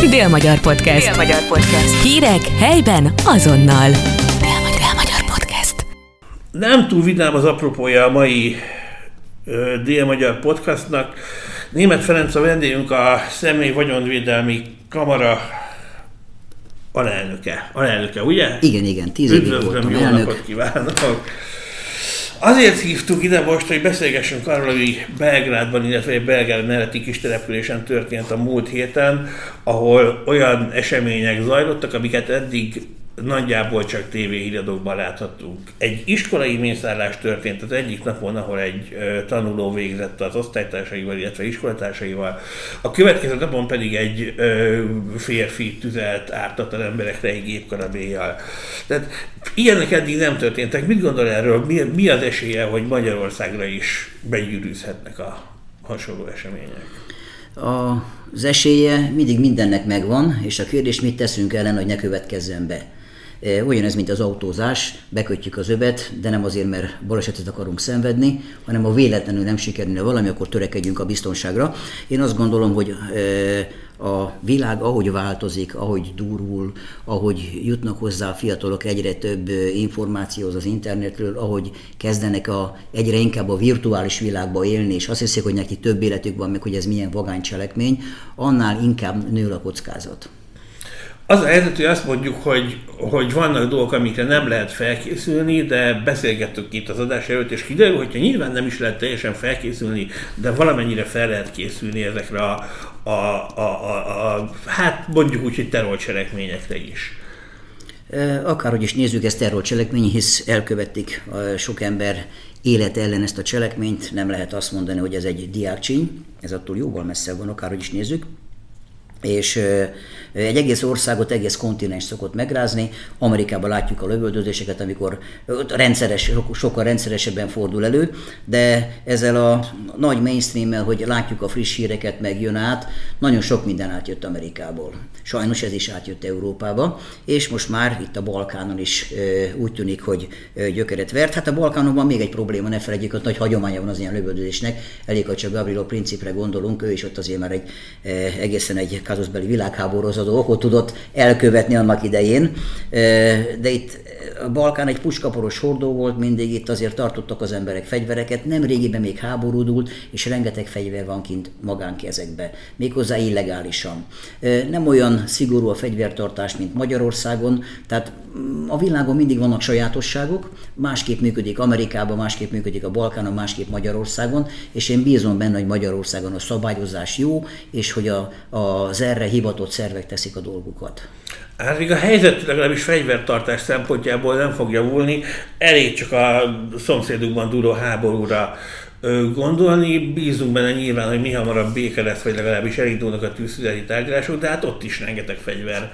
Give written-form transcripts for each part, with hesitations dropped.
Dél-Magyar Podcast. Dél-Magyar Podcast. Hírek helyben azonnal. Dél-Magyar Podcast. Nem túl vidám az apropója a mai Dél-Magyar Podcastnak. Németh Ferenc a vendégünk, a Személy Vagyonvédelmi Kamara alelnöke, ugye? Igen, 10 évig voltam jó elnök. Napot kívánok! Azért hívtuk ide most, hogy beszélgessünk arról, ami Belgrádban, illetve Belgrád melletti kis településen történt a múlt héten, ahol olyan események zajlottak, amiket eddig nagyjából csak tévéhíradókban láthattunk. Egy iskolai mészárlás történt az egyik napon, ahol egy tanuló végzett az osztálytársaival, illetve iskolatársaival. A következő napon pedig egy férfi tüzelt ártatlan emberekre egy gépkarabéllyal. Tehát ilyenek eddig nem történtek. Mit gondol erről? Mi az esélye, hogy Magyarországra is begyűrűzhetnek a hasonló események? Az esélye mindig mindennek megvan, és a kérdés, mit teszünk ellen, hogy ne következzen be. Olyan ez, mint az autózás, bekötjük az övet, de nem azért, mert balesetet akarunk szenvedni, hanem ha véletlenül nem sikerülne valami, akkor törekedjünk a biztonságra. Én azt gondolom, hogy a világ ahogy változik, ahogy durul, ahogy jutnak hozzá a fiatalok egyre több információhoz az internetről, ahogy kezdenek egyre inkább a virtuális világba élni, és azt hiszik, hogy neki több életük van, meg hogy ez milyen vagány cselekmény, annál inkább nő a kockázat. Az a helyzet, hogy azt mondjuk, hogy vannak dolgok, amikre nem lehet felkészülni, de beszélgettük itt az adás előtt, és kiderül, hogyha nyilván nem is lehet teljesen felkészülni, de valamennyire fel lehet készülni ezekre hát mondjuk úgy, hogy terrorcselekményekre is. Akárhogy is nézzük, ez terrorcselekmény, hisz elkövették sok ember élete ellen ezt a cselekményt, nem lehet azt mondani, hogy ez egy diákcsíny, ez attól jóval messze van, akárhogy is nézzük. És egy egész országot, egész kontinens szokott megrázni. Amerikában látjuk a lövöldözéseket, amikor sokkal rendszeresebben fordul elő, de ezzel a nagy mainstreammel, hogy látjuk a friss híreket, meg jön át, nagyon sok minden átjött Amerikából. Sajnos ez is átjött Európába, és most már itt a Balkánon is úgy tűnik, hogy gyökeret vert. Hát a Balkánon van még egy probléma, ne felejtjük, hogy nagy hagyománya van az ilyen lövöldözésnek. Elég, ha csak Gavrilo Principre gondolunk, ő is ott azért már egészen egy kazuszbeli világháborúzó okot tudott elkövetni annak idején, de itt a Balkán egy puskaporos hordó volt, mindig itt azért tartottak az emberek fegyvereket, nem régiben még háború dúlt, és rengeteg fegyver van kint magánkezekbe, méghozzá illegálisan. Nem olyan szigorú a fegyvertartás, mint Magyarországon, tehát a világon mindig vannak sajátosságok, másképp működik Amerikában, másképp működik a Balkánon, másképp Magyarországon, és én bízom benne, hogy Magyarországon a szabályozás jó, és hogy az erre hivatott szervek teszik a dolgukat. Hát még a helyzet legalábbis fegyvertartás szempontjából nem fog javulni, elég csak a szomszédunkban dúló háborúra gondolni, bízunk benne nyilván, hogy mi hamarabb béke lesz, vagy legalábbis elindulnak a tűzszüneti tárgyalások, de hát ott is rengeteg fegyver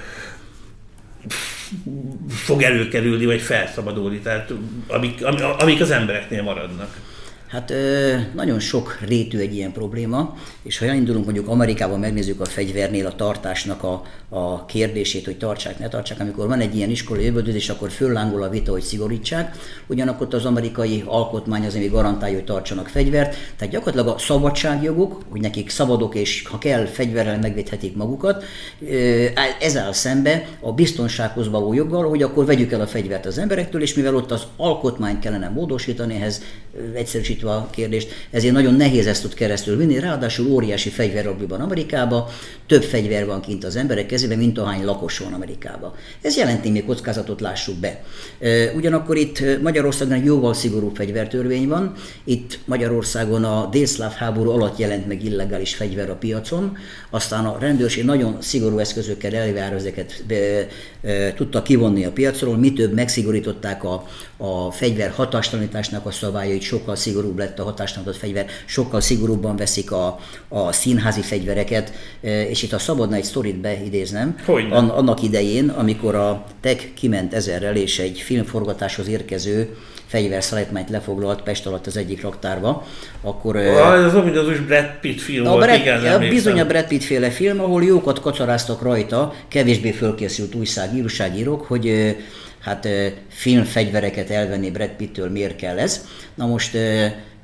fog előkerülni, vagy felszabadulni, tehát amik az embereknél maradnak. Hát nagyon sok rétű egy ilyen probléma, és ha elindulunk mondjuk Amerikában, megnézzük a fegyvernél a tartásnak a kérdését, hogy tartsák, ne tartsák, amikor van egy ilyen iskolai lövöldözés, akkor föllángol a vita, hogy szigorítsák, ugyanakkor az amerikai alkotmány azért még garantálja, hogy tartsanak fegyvert, tehát gyakorlatilag a szabadságjogok, hogy nekik szabadok, és ha kell, fegyverrel megvédhetik magukat, ez áll szembe a biztonsághoz való joggal, hogy akkor vegyük el a fegyvert az emberektől, és mivel ott az alkotmányt kellene módosítani, ehhez egyszerűsítve a kérdést, ezért nagyon nehéz ezt tud keresztül vinni, ráadásul óriási fegyverlobbi van Amerikában, több fegyver van kint az emberek kezében, mint ahány lakos van Amerikában. Ez jelenti még kockázatot, lássuk be. Ugyanakkor itt Magyarországon egy jóval szigorúbb fegyvertörvény van, itt Magyarországon a délszláv háború alatt jelent meg illegális fegyver a piacon, aztán a rendőrség nagyon szigorú eszközökkel elvárva ezeket tudta kivonni a piacról, mi több megszigorították a fegyver hatástalanításnak a szabályait, sokkal szigorúbb lett a hatástalanított fegyver, sokkal szigorúbban veszik a színházi fegyvereket, és itt ha szabadna egy sztorit beidéznem, annak idején, amikor a TEK kiment 1000-rel és egy filmforgatáshoz érkező fegyverszállítmányt lefoglalt Pest alatt az egyik raktárba, akkor... Ez ominózus Brad Pitt film volt, igen, bizony a Brad Pitt féle film, ahol jókat kacaráztak rajta, kevésbé fölkészült újságírók, hogy hát filmfegyvereket elvenni Brad Pittől miért kell ez. Na most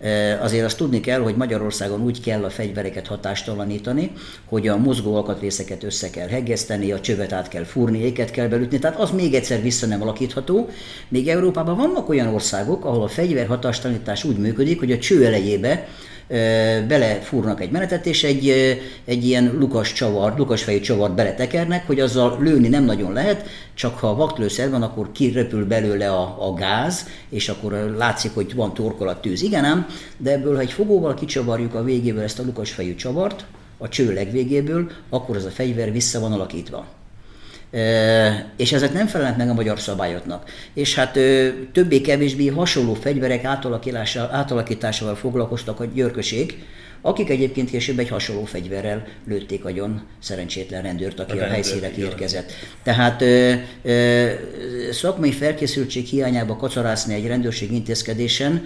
Azért azt tudni kell, hogy Magyarországon úgy kell a fegyvereket hatástalanítani, hogy a mozgó alkatrészeket össze kell heggeszteni, a csövet át kell fúrni, éket kell belütni, tehát az még egyszer vissza nem alakítható. Még Európában vannak olyan országok, ahol a fegyver hatástalanítás úgy működik, hogy a cső elejébe belefúrnak egy menetet, és egy ilyen lukasfejű csavart beletekernek, hogy azzal lőni nem nagyon lehet, csak ha vaktlőszer van, akkor kiröpül belőle a gáz, és akkor látszik, hogy van torkolat-tűz. Igen ám, de ebből, ha egy fogóval kicsavarjuk a végéből ezt a lukasfejű csavart, a cső legvégéből, akkor az a fegyver vissza van alakítva. És ezek nem felelnek meg a magyar szabályoknak. És hát többé-kevésbé hasonló fegyverek átalakításával foglalkoztak a györköség, akik egyébként később egy hasonló fegyverrel lőtték agyon szerencsétlen rendőrt, aki a helyszínre érkezett. Tehát szakmai felkészültség hiányába kacarászni egy rendőrség intézkedésen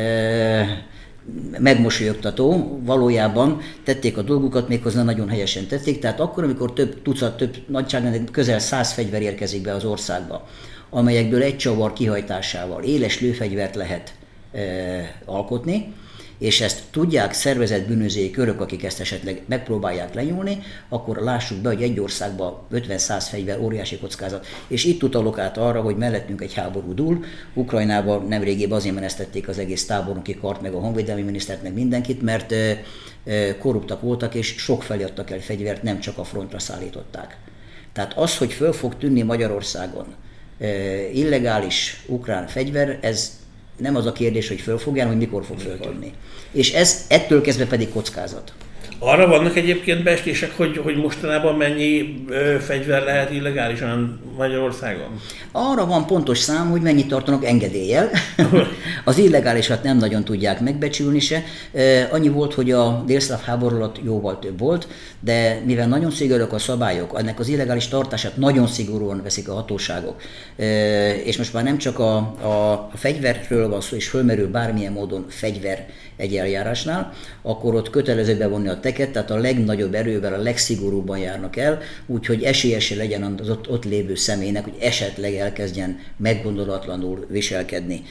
megmosolyogtató, valójában tették a dolgukat, méghozzá nagyon helyesen tették, tehát akkor, amikor több nagyságrendben közel 100 fegyver érkezik be az országba, amelyekből egy csavar kihajtásával éles lőfegyvert lehet alkotni, és ezt tudják szervezett bűnözői körök, akik ezt esetleg megpróbálják lenyúlni, akkor lássuk be, hogy egy országban 50-100 fegyver óriási kockázat. És itt utalok át arra, hogy mellettünk egy háború dúl. Ukrajnában nemrégében azért menesztették az egész tábornoki kart, meg a honvédelmi minisztert, meg mindenkit, mert korruptak voltak, és sokfelé adtak el fegyvert, nem csak a frontra szállították. Tehát az, hogy föl fog tűnni Magyarországon illegális ukrán fegyver, ez nem az a kérdés, hogy föl fog járni, hogy mikor fog föltűnni. És ez ettől kezdve pedig kockázat. Arra vannak egyébként beestések, hogy mostanában mennyi fegyver lehet illegálisan Magyarországon? Arra van pontos szám, hogy mennyit tartanak engedéllyel. Az illegálisat nem nagyon tudják megbecsülni se. Annyi volt, hogy a délszláv háború alatt jóval több volt, de mivel nagyon szigorúak a szabályok, ennek az illegális tartását nagyon szigorúan veszik a hatóságok. És most már nem csak a fegyverről van szó, és fölmerül bármilyen módon fegyver egy eljárásnál, akkor ott kötelező bevonni a teket, tehát a legnagyobb erővel, a legszigorúbban járnak el, úgyhogy esélyese legyen az ott lévő személynek, hogy esetleg elkezdjen meggondolatlanul viselkedni.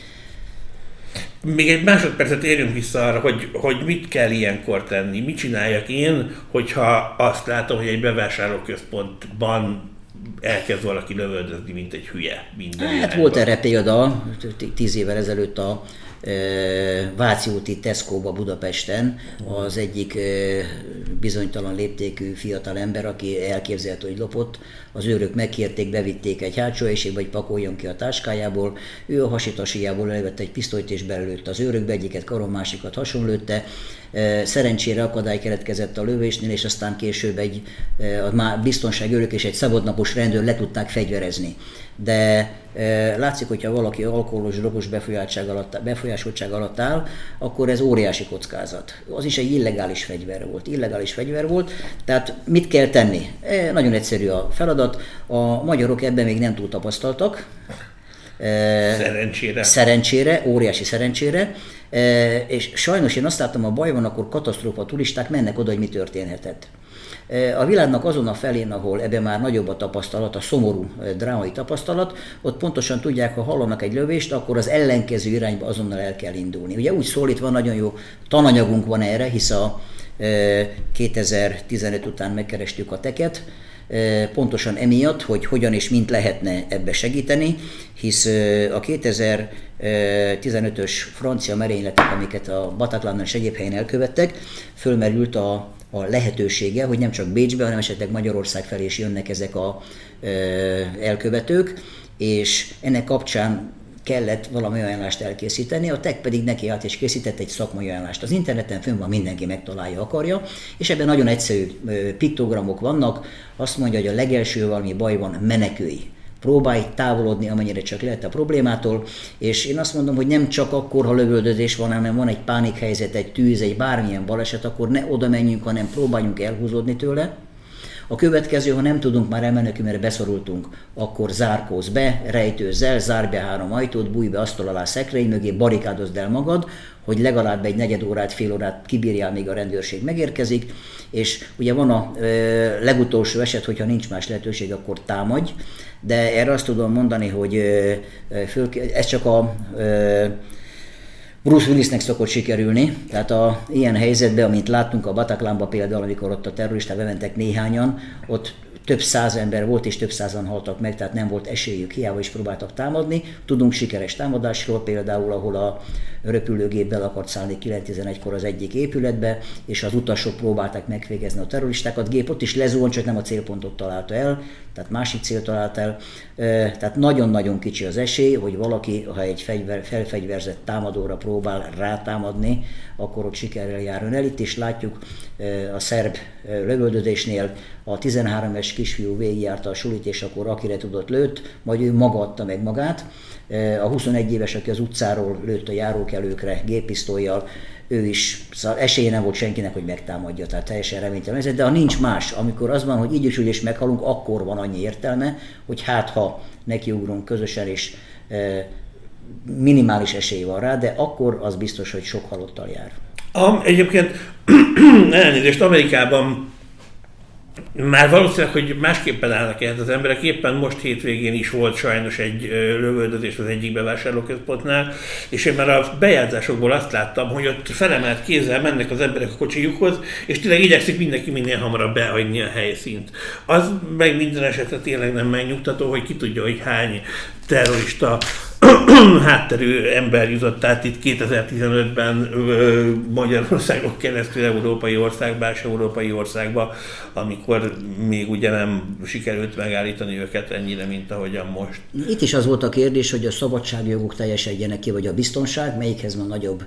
Még egy másodpercet érjünk vissza arra, hogy mit kell ilyenkor tenni, mit csináljak én, hogyha azt látom, hogy egy bevásárlóközpontban elkezd valaki lövöldözni, mint egy hülye. Hát volt erre példa 10 évvel ezelőtt a Váci úti Tesco-ba Budapesten az egyik bizonytalan léptékű fiatal ember, aki elképzelte, hogy lopott, az őrök megkérték, bevitték egy hátsó helységbe, hogy pakoljon ki a táskájából, ő a hasitasiából elvette egy pisztolyt és belőtte az őrökbe, egyiket karon, másikat hasonlőtte. Szerencsére akadály keletkezett a lövésnél, és aztán később a biztonságőrök és egy szabadnapos rendőr le tudták fegyverezni. De látszik, hogyha valaki alkoholos, drogos befolyásoltság alatt áll, akkor ez óriási kockázat. Az is egy illegális fegyver volt. Tehát mit kell tenni? Nagyon egyszerű a feladat. A magyarok ebben még nem túl tapasztaltak. Szerencsére, óriási szerencsére. És sajnos én azt láttam, ha baj van, akkor katasztrófa turisták mennek oda, hogy mi történhetett. A világnak azon a felén, ahol ebben már nagyobb a tapasztalat, a szomorú drámai tapasztalat, ott pontosan tudják, ha hallanak egy lövést, akkor az ellenkező irányba azonnal el kell indulni. Ugye úgy szólítva nagyon jó tananyagunk van erre, hisz a 2015 után megkerestük a teket, pontosan emiatt, hogy hogyan és mint lehetne ebbe segíteni, hisz a 2015-ös francia merényletek, amiket a Bataclannal és egyéb helyen elkövettek, fölmerült a lehetősége, hogy nem csak Bécsbe, hanem esetleg Magyarország felé is jönnek ezek az elkövetők, és ennek kapcsán kellett valami ajánlást elkészíteni, a TEK pedig neki állt és készített egy szakmai ajánlást. Az interneten fönn van, mindenki megtalálja, akarja, és ebben nagyon egyszerű piktogramok vannak, azt mondja, hogy a legelső valami baj van, menekülj. Próbálj távolodni, amennyire csak lehet a problémától, és én azt mondom, hogy nem csak akkor, ha lövöldözés van, hanem van egy pánikhelyzet, egy tűz, egy bármilyen baleset, akkor ne oda menjünk, hanem próbáljunk elhúzódni tőle. A következő, ha nem tudunk már elmenekülni, mert beszorultunk, akkor zárkózz be, rejtőzz el, zárj be 3 ajtót, bújj be asztal alá, szekrény mögé, barikádozd el magad, hogy legalább egy negyed órát, fél órát kibírjál, még a rendőrség megérkezik, és ugye van a legutolsó eset, hogyha nincs más lehetőség, akkor támadj, de erre azt tudom mondani, hogy ez csak Bruce Willisnek szokott sikerülni, tehát ilyen helyzetben, amint láttunk a Bataclanban például, amikor ott a terroristák bementek néhányan, ott több száz ember volt, és több százan haltak meg, tehát nem volt esélyük, hiába is próbáltak támadni. Tudunk sikeres támadásról, például ahol a repülőgép bele akart szállni 9:11-kor az egyik épületbe, és az utasok próbálták megvégezni a terroristákat. Gép ott is lezuhant, csak nem a célpontot találta el, tehát másik célt talált el. Tehát nagyon-nagyon kicsi az esély, hogy valaki, ha egy felfegyverzett támadóra próbál rátámadni, akkor ott sikerrel járjon el. Itt is látjuk a szerb lövöldözésnél, a 13 éves kisfiú végigjárta a sulit, és akkor akire tudott lőtt, majd ő maga adta meg magát. A 21 éves, aki az utcáról lőtt a járókelőkre géppisztollyal, ő is, szóval esélye nem volt senkinek, hogy megtámadja, tehát teljesen reménytelen ez, de ha nincs más, amikor az van, hogy így is úgy is meghalunk, akkor van annyi értelme, hogy hát ha nekiugrunk közösen, és minimális esély van rá, de akkor az biztos, hogy sok halottal jár. Egyébként elnézést, Amerikában már valószínűleg, hogy másképpen állnak ehhez az emberek. Éppen most hétvégén is volt sajnos egy lövöldözés az egyik bevásárlóközpontnál, és én már a bejátszásokból azt láttam, hogy ott felemelt kézzel mennek az emberek a kocsijukhoz, és tényleg igyekszik mindenki minél hamarabb behagyni a helyszínt. Az meg minden esetre tényleg nem megnyugtató, hogy ki tudja, hogy hány terrorista hátterű ember jutott át itt 2015-ben Magyarországon keresztül európai országba és európai országba, amikor még ugye nem sikerült megállítani őket ennyire, mint ahogyan most. Itt is az volt a kérdés, hogy a szabadságjogok teljesedjenek ki, vagy a biztonság, melyikhez van nagyobb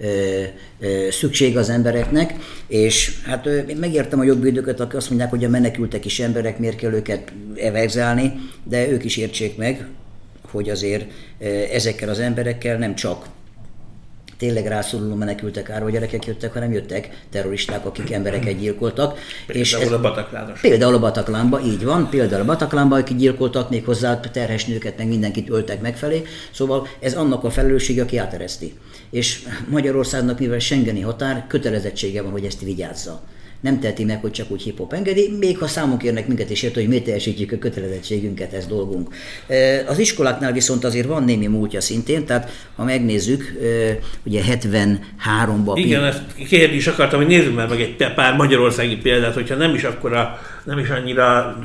szükség az embereknek, és hát én megértem a jobbvédőket, akik azt mondják, hogy a menekültek is emberek, miért kell őket everzálni, de ők is értsék meg, hogy azért ezekkel az emberekkel nem csak tényleg rászoruló menekültek, árva gyerekek jöttek, hanem jöttek terroristák, akik embereket gyilkoltak. Például a Bataclanos. Például a Bataclanban, így van, például a Bataclanban, akik gyilkoltak, még hozzá terhes nőket, meg mindenkit öltek megfelé. Szóval ez annak a felelőssége, aki átereszti. És Magyarországnak, mivel schengeni határ, kötelezettsége van, hogy ezt vigyázza. Nem teheti meg, hogy csak úgy hip-hop engedi, még ha számon kérnek minket is ért, hogy mi teljesítjük a kötelezettségünket, ez dolgunk. Az iskoláknál viszont azért van némi múltja szintén, tehát ha megnézzük, ugye 73-ban... Igen, ezt kérdni is akartam, hogy nézzük meg egy pár magyarországi példát, hogyha nem is annyira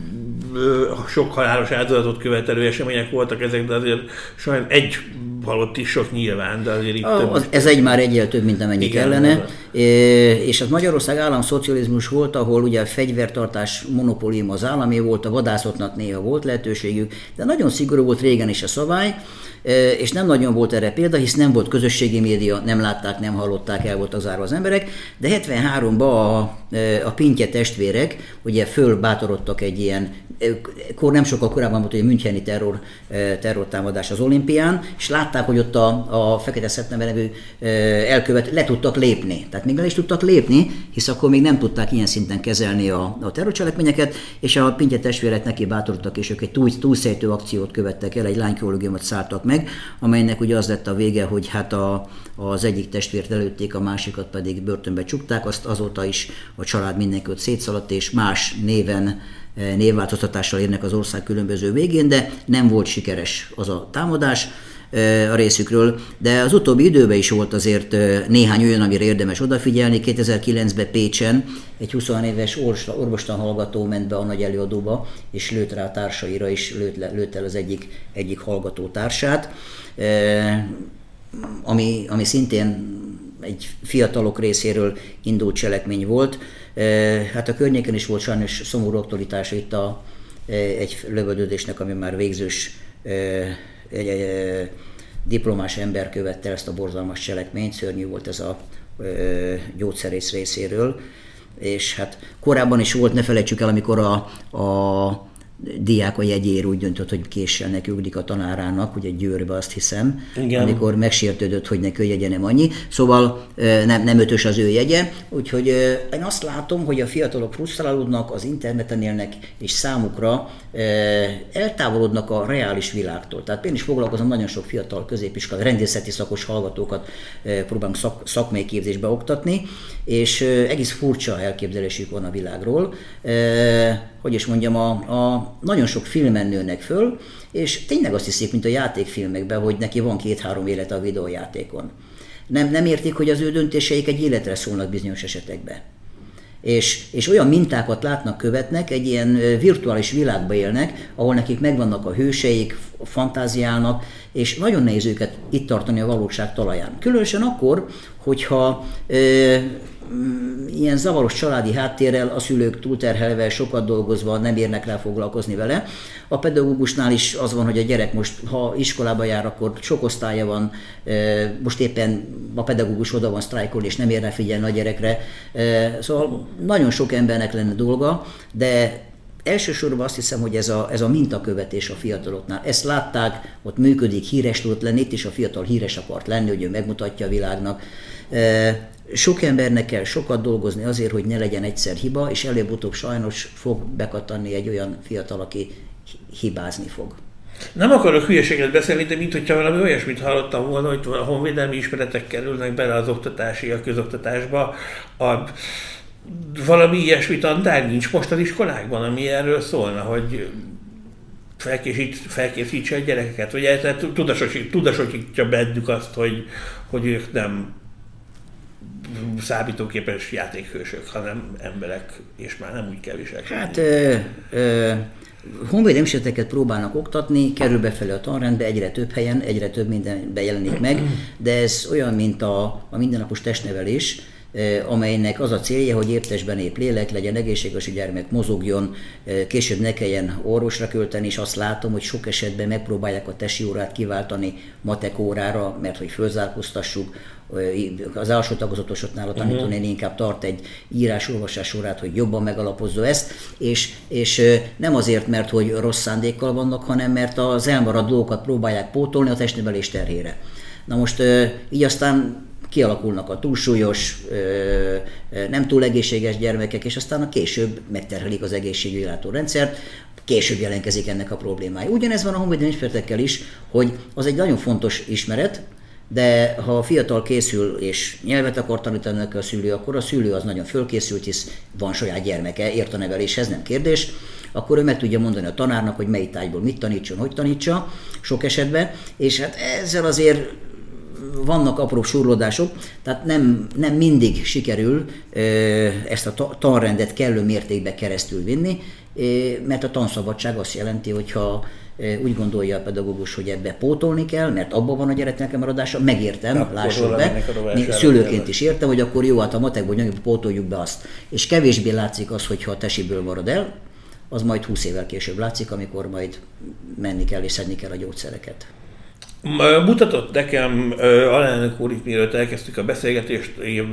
sok halálos áldozatot követelő események voltak ezek, de azért sajnos egy halott is sok nyilván, de azért itt több. Ez már egyel több, mint amennyi kellene. És az Magyarország államszocializmus volt, ahol ugye a fegyvertartás monopólium az állami volt, a vadászatnak néha volt lehetőségük, de nagyon szigorú volt régen is a szabály, és nem nagyon volt erre példa, hisz nem volt közösségi média, nem látták, nem hallották, el voltak zárva az emberek, de 73-ban a Pintje testvérek ugye fölbátorodtak egy ilyen, nem sokkal korábban volt, hogy a müncheni terrortámadás az olimpián, és látták, hogy ott a Fekete Szeptember nevű elkövet le tudtak lépni. Tehát még le is tudtak lépni, hisz akkor még nem tudták ilyen szinten kezelni a terrorcselekményeket, és a Pintje testvérek neki bátorodtak, és ők egy túlszejtő akciót követtek el, egy lánykollégiumot szálltak meg, amelynek ugye az lett a vége, hogy hát az egyik testvért előtték, a másikat pedig börtönbe csukták, azóta is a család mindenki ott szétszaladt, és más névváltoztatással érnek az ország különböző végén, de nem volt sikeres az a támadás a részükről, de az utóbbi időben is volt azért néhány olyan, amire érdemes odafigyelni. 2009-ben Pécsen egy 20 éves orvostan hallgató ment be a nagy előadóba, és lőtt rá a társaira, és lőtt el az egyik hallgató társát, ami szintén egy fiatalok részéről indult cselekmény volt. Hát a környéken is volt sajnos szomorú aktualitása itt egy lövöldözésnek, ami már végzős egy diplomás ember követte ezt a borzalmas cselekményt, szörnyű volt ez a gyógyszerész részéről, és hát korábban is volt, ne felejtsük el, amikor a diák a jegyér úgy döntött, hogy késsel neküldik a tanárának, ugye Győrbe, azt hiszem, igen. Amikor megsértődött, hogy neki a jegye nem annyi, szóval nem ötös az ő jegye, úgyhogy én azt látom, hogy a fiatalok frusztrálódnak, az interneten élnek, és számukra eltávolodnak a reális világtól. Tehát én is foglalkozom nagyon sok fiatal középiskola, rendészeti szakos hallgatókat próbálunk szakmai képzésbe oktatni, és egész furcsa elképzelésük van a világról. Hogy is mondjam, nagyon sok filmen nőnek föl, és tényleg azt hiszik, mint a játékfilmekben, hogy neki van 2-3 élete a videójátékon. Nem értik, hogy az ő döntéseik egy életre szólnak bizonyos esetekben. És olyan mintákat látnak, követnek, egy ilyen virtuális világba élnek, ahol nekik megvannak a hőseik, fantáziálnak, és nagyon nehéz őket itt tartani a valóság talaján. Különösen akkor, hogyha ilyen zavaros családi háttérrel, a szülők túlterhelve, sokat dolgozva nem érnek rá foglalkozni vele. A pedagógusnál is az van, hogy a gyerek most, ha iskolába jár, akkor sok osztálya van, most éppen a pedagógus oda van sztrájkolni, és nem érne figyelni a gyerekre. Szóval nagyon sok embernek lenne dolga, de elsősorban azt hiszem, hogy ez a mintakövetés a fiataloknál. Ezt látták, ott működik, híres tudott lenni, itt is a fiatal híres akart lenni, hogy ő megmutatja a világnak. Sok embernek kell sokat dolgozni azért, hogy ne legyen egyszer hiba, és előbb-utóbb sajnos fog bekattanni egy olyan fiatal, aki hibázni fog. Nem akarok hülyeséget beszélni, de mintha valami olyasmit hallottam volna, hogy a honvédelmi ismeretek kerülnek bele az oktatási, a közoktatásba. Valami ilyesmit annál nincs most az iskolákban, ami erről szólna, hogy felkészítse a gyerekeket, vagy tudatosítsa bennük azt, hogy ők nem számítógépes játékhősök, hanem emberek, és már nem úgy kell viselkedni. Hát honvédelmi ismereteket próbálnak oktatni, kerül befelé a tanrendbe, egyre több helyen, egyre több mindenben jelenik meg, de ez olyan, mint a mindennapos testnevelés, amelynek az a célja, hogy épp testben épp lélek, legyen egészséges a gyermek, mozogjon, később ne kelljen orvosra költeni, és azt látom, hogy sok esetben megpróbálják a tesi órát kiváltani matek órára, mert hogy fölzárkóztassuk. Az alsó tagozatosoknál a tanítónéni inkább tart egy írás-olvasás órát, hogy jobban megalapozza ezt, és nem azért, mert hogy rossz szándékkal vannak, hanem mert az elmaradt dolgokat próbálják pótolni a testnevelés terhére. Na most így aztán kialakulnak a túlsúlyos, nem túl egészséges gyermekek, és aztán a később megterhelik az egészségügyi ellátórendszert, később jelentkezik ennek a problémája. Ugyanez van a honvédelmi ismeretekkel is, hogy az egy nagyon fontos ismeret, de ha a fiatal készül és nyelvet akar tanítani neki a szülő, akkor a szülő az nagyon fölkészült, hisz van saját gyermeke, ért a neveléshez, nem kérdés, akkor ő meg tudja mondani a tanárnak, hogy melyik tárgyból mit tanítson, hogy tanítsa, sok esetben, és hát ezzel azért vannak apró surlódások, tehát nem mindig sikerül ezt a tanrendet kellő mértékben keresztül vinni, mert a tanszabadság azt jelenti, hogyha úgy gondolja a pedagógus, hogy ebbe pótolni kell, mert abban van a gyereknek a maradása, megértem, lássuk be, szülőként is értem, hogy akkor jó, hát a matekból nyomjuk, pótoljuk be azt. És kevésbé látszik az, hogyha a tesiből marad el, az majd 20 évvel később látszik, amikor majd menni kell és szedni kell a gyógyszereket. Mutatott nekem alelnök úr, itt mielőtt elkezdtük a beszélgetést,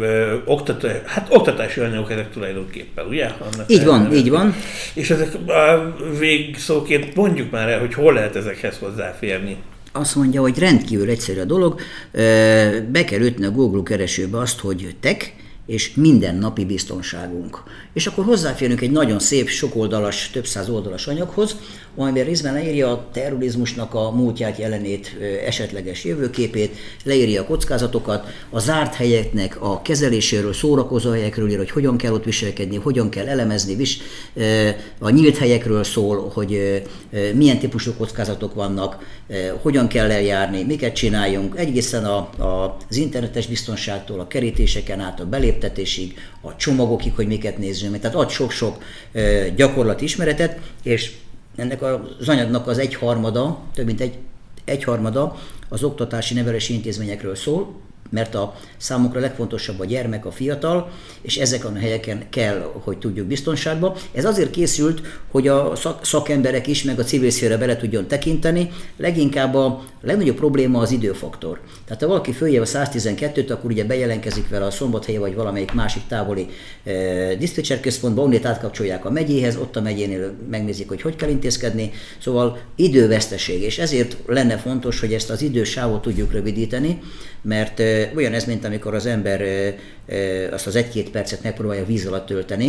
oktatási anyagok ezek tulajdonképpen, ugye? Így van. És ezek végszóként mondjuk már el, hogy hol lehet ezekhez hozzáférni. Azt mondja, hogy rendkívül egyszerű a dolog, be kell ütni a Google keresőbe azt, hogy tech, és mindennapi biztonságunk. És akkor hozzáférünk egy nagyon szép, sokoldalas, több száz oldalas anyaghoz, amiben részben leírja a terrorizmusnak a múltját, jelenét, esetleges jövőképét, leírja a kockázatokat, a zárt helyeknek a kezeléséről, szórakozó helyekről ír, hogy hogyan kell ott viselkedni, hogyan kell elemezni, a nyílt helyekről szól, hogy milyen típusú kockázatok vannak, hogyan kell eljárni, miket csináljunk, egészen az internetes biztonságtól, a kerítéseken át a beléptetésig, a csomagokig, hogy miket nézzünk, tehát ad sok-sok gyakorlati ismeretet, és ennek az anyagnak az egyharmada, több mint egyharmada az oktatási nevelési intézményekről szól, mert a számukra legfontosabb a gyermek, a fiatal, és ezeken a helyeken kell, hogy tudjuk biztonságban. Ez azért készült, hogy a szakemberek is, meg a civil szféra bele tudjon tekinteni. Leginkább a legnagyobb probléma az időfaktor. Tehát ha valaki följebb a 112-t, akkor ugye bejelentkezik vele a Szombathelye vagy valamelyik másik távoli diszpécser központba, onnét átkapcsolják a megyéhez, ott a megyénél megnézik, hogy kell intézkedni. Szóval időveszteség, és ezért lenne fontos, hogy ezt az idősávot tudjuk rövidíteni, mert olyan ez, mint amikor az ember azt az 1-2 percet megpróbálja víz alatt tölteni,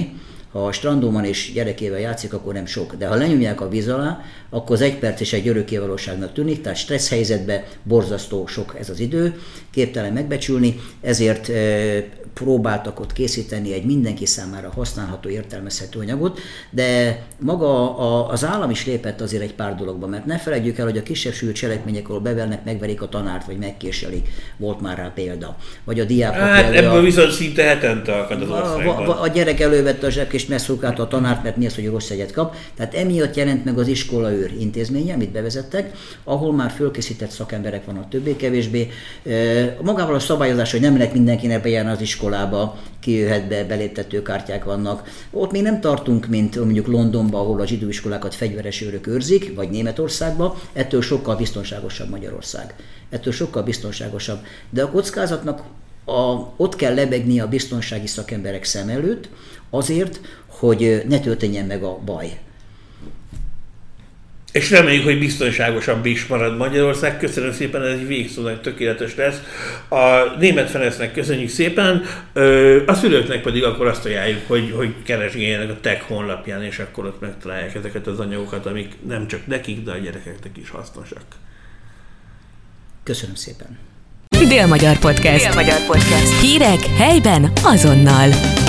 Ha a strandon van és gyerekével játszik, akkor nem sok. De ha lenyomják a víz alá, akkor az 1 perc is egy örökké valóságnak tűnik, tehát stressz helyzetben borzasztó sok ez az idő, képtelen megbecsülni, ezért próbáltak ott készíteni egy mindenki számára használható, értelmezhető anyagot, de maga az állam is lépett azért egy pár dologba, mert ne felejtjük el, hogy a kisebb súlyú cselekményekről bevernek, megverik a tanárt, vagy megkéselik, volt már rá példa. Vagy a diák ebből viszont szinte hetente akad az országban. A gyerek elővette a zsebkést, megszurkálta a tanárt, mert mi az, hogy rossz jegyet kap. Tehát emiatt jelent meg az iskolaőr intézménye, amit bevezettek, ahol már fölkészített szakemberek vannak többé-kevésbé. Magával a szabályozás, hogy nem lehet mindenkinek bejárni az iskolába, kijöhet be, beléptetőkártyák vannak. Ott még nem tartunk, mint mondjuk Londonban, ahol a zsidó iskolákat fegyveres őrök őrzik, vagy Németországban, ettől sokkal biztonságosabb Magyarország. Ettől sokkal biztonságosabb. De a kockázatnak ott kell lebegni a biztonsági szakemberek szem előtt, azért, hogy ne történjen meg a baj. És reméljük, hogy biztonságosabb is marad Magyarország. Köszönöm szépen, ez egy végszó, hogy tökéletes lesz. A Németh Ferencnek köszönjük szépen, a szülőknek pedig akkor azt ajánljuk, hogy keresgéljenek a Tech honlapján, és akkor ott megtalálják ezeket az anyagokat, amik nem csak nekik, de a gyerekeknek is hasznosak. Köszönöm szépen. Dél-Magyar Podcast. Hírek helyben azonnal.